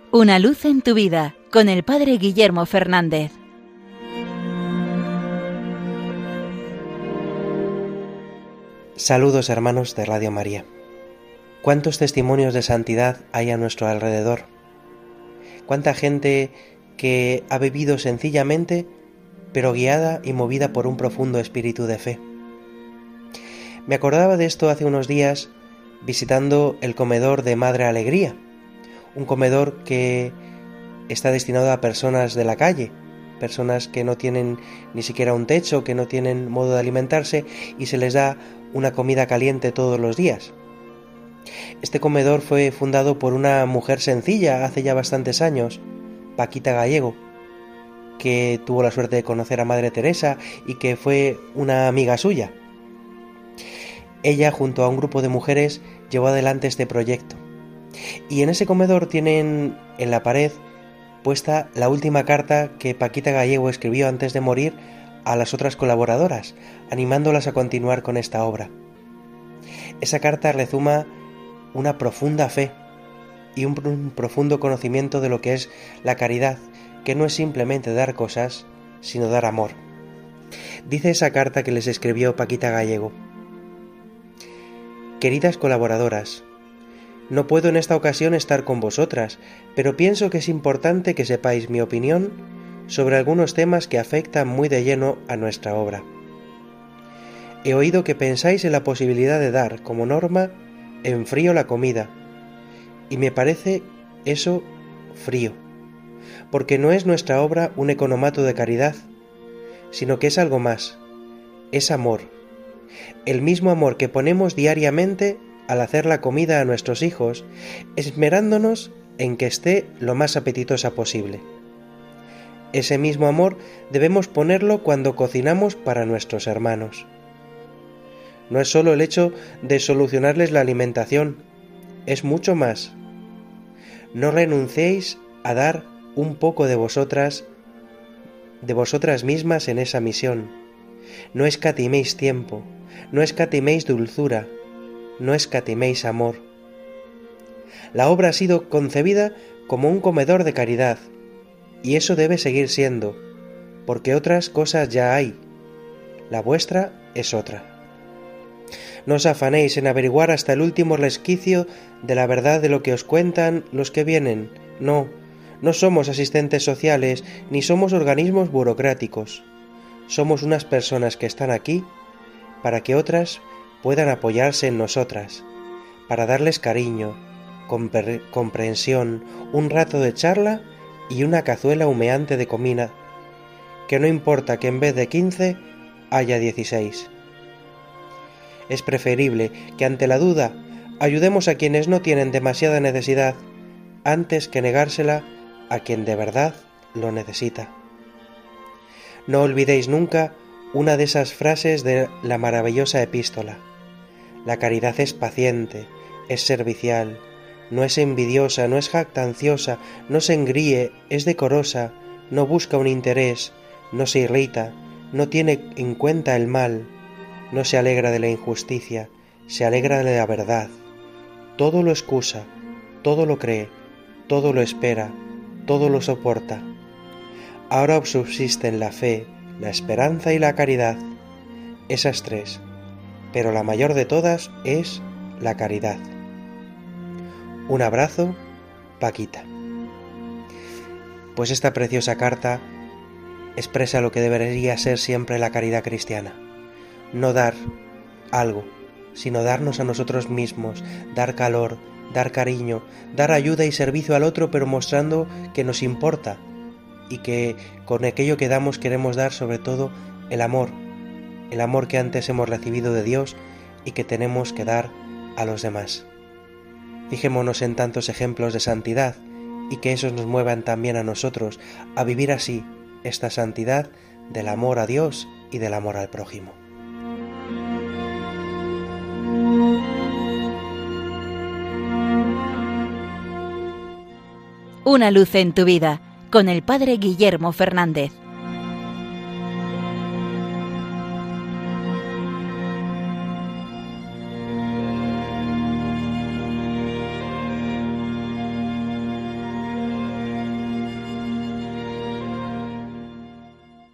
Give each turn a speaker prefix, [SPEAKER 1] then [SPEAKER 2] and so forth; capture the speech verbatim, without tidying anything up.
[SPEAKER 1] Una luz en tu vida, con el Padre Guillermo Fernández.
[SPEAKER 2] Saludos, hermanos de Radio María. ¿Cuántos testimonios de santidad hay a nuestro alrededor? ¿Cuánta gente que ha vivido sencillamente, pero guiada y movida por un profundo espíritu de fe? Me acordaba de esto hace unos días visitando el comedor de Madre Alegría, un comedor que está destinado a personas de la calle, personas que no tienen ni siquiera un techo, que no tienen modo de alimentarse y se les da una comida caliente todos los días. Este comedor fue fundado por una mujer sencilla hace ya bastantes años, Paquita Gallego, que tuvo la suerte de conocer a Madre Teresa y que fue una amiga suya. Ella, junto a un grupo de mujeres, llevó adelante este proyecto. Y en ese comedor tienen en la pared puesta la última carta que Paquita Gallego escribió antes de morir a las otras colaboradoras, animándolas a continuar con esta obra. Esa carta rezuma una profunda fe y un, un profundo conocimiento de lo que es la caridad, que no es simplemente dar cosas, sino dar amor. Dice esa carta que les escribió Paquita Gallego: Queridas colaboradoras, no puedo en esta ocasión estar con vosotras, pero pienso que es importante que sepáis mi opinión sobre algunos temas que afectan muy de lleno a nuestra obra. He oído que pensáis en la posibilidad de dar, como norma, en frío la comida, y me parece eso frío, porque no es nuestra obra un economato de caridad, sino que es algo más, es amor, el mismo amor que ponemos diariamente al hacer la comida a nuestros hijos, esmerándonos en que esté lo más apetitosa posible. Ese mismo amor debemos ponerlo cuando cocinamos para nuestros hermanos. No es solo el hecho de solucionarles la alimentación, es mucho más. No renunciéis a dar un poco de vosotras, de vosotras mismas en esa misión. No escatiméis tiempo, no escatiméis dulzura, no escatiméis amor. La obra ha sido concebida como un comedor de caridad, y eso debe seguir siendo, porque otras cosas ya hay. La vuestra es otra. No os afanéis en averiguar hasta el último resquicio de la verdad de lo que os cuentan los que vienen. No, no somos asistentes sociales, ni somos organismos burocráticos. Somos unas personas que están aquí para que otras puedan apoyarse en nosotras, para darles cariño, compre- comprensión, un rato de charla y una cazuela humeante de comida, que no importa que en vez de quince haya dieciséis. Es preferible que ante la duda ayudemos a quienes no tienen demasiada necesidad antes que negársela a quien de verdad lo necesita. No olvidéis nunca una de esas frases de la maravillosa epístola: la caridad es paciente, es servicial, no es envidiosa, no es jactanciosa, no se engríe, es decorosa, no busca un interés, no se irrita, no tiene en cuenta el mal, no se alegra de la injusticia, se alegra de la verdad. Todo lo excusa, todo lo cree, todo lo espera, todo lo soporta. Ahora subsisten la fe, la esperanza y la caridad, esas tres, pero la mayor de todas es la caridad. Un abrazo, Paquita. Pues esta preciosa carta expresa lo que debería ser siempre la caridad cristiana. No dar algo, sino darnos a nosotros mismos, dar calor, dar cariño, dar ayuda y servicio al otro, pero mostrando que nos importa y que con aquello que damos queremos dar sobre todo el amor, el amor que antes hemos recibido de Dios y que tenemos que dar a los demás. Fijémonos en tantos ejemplos de santidad y que esos nos muevan también a nosotros a vivir así esta santidad del amor a Dios y del amor al prójimo.
[SPEAKER 1] Una luz en tu vida, con el Padre Guillermo Fernández.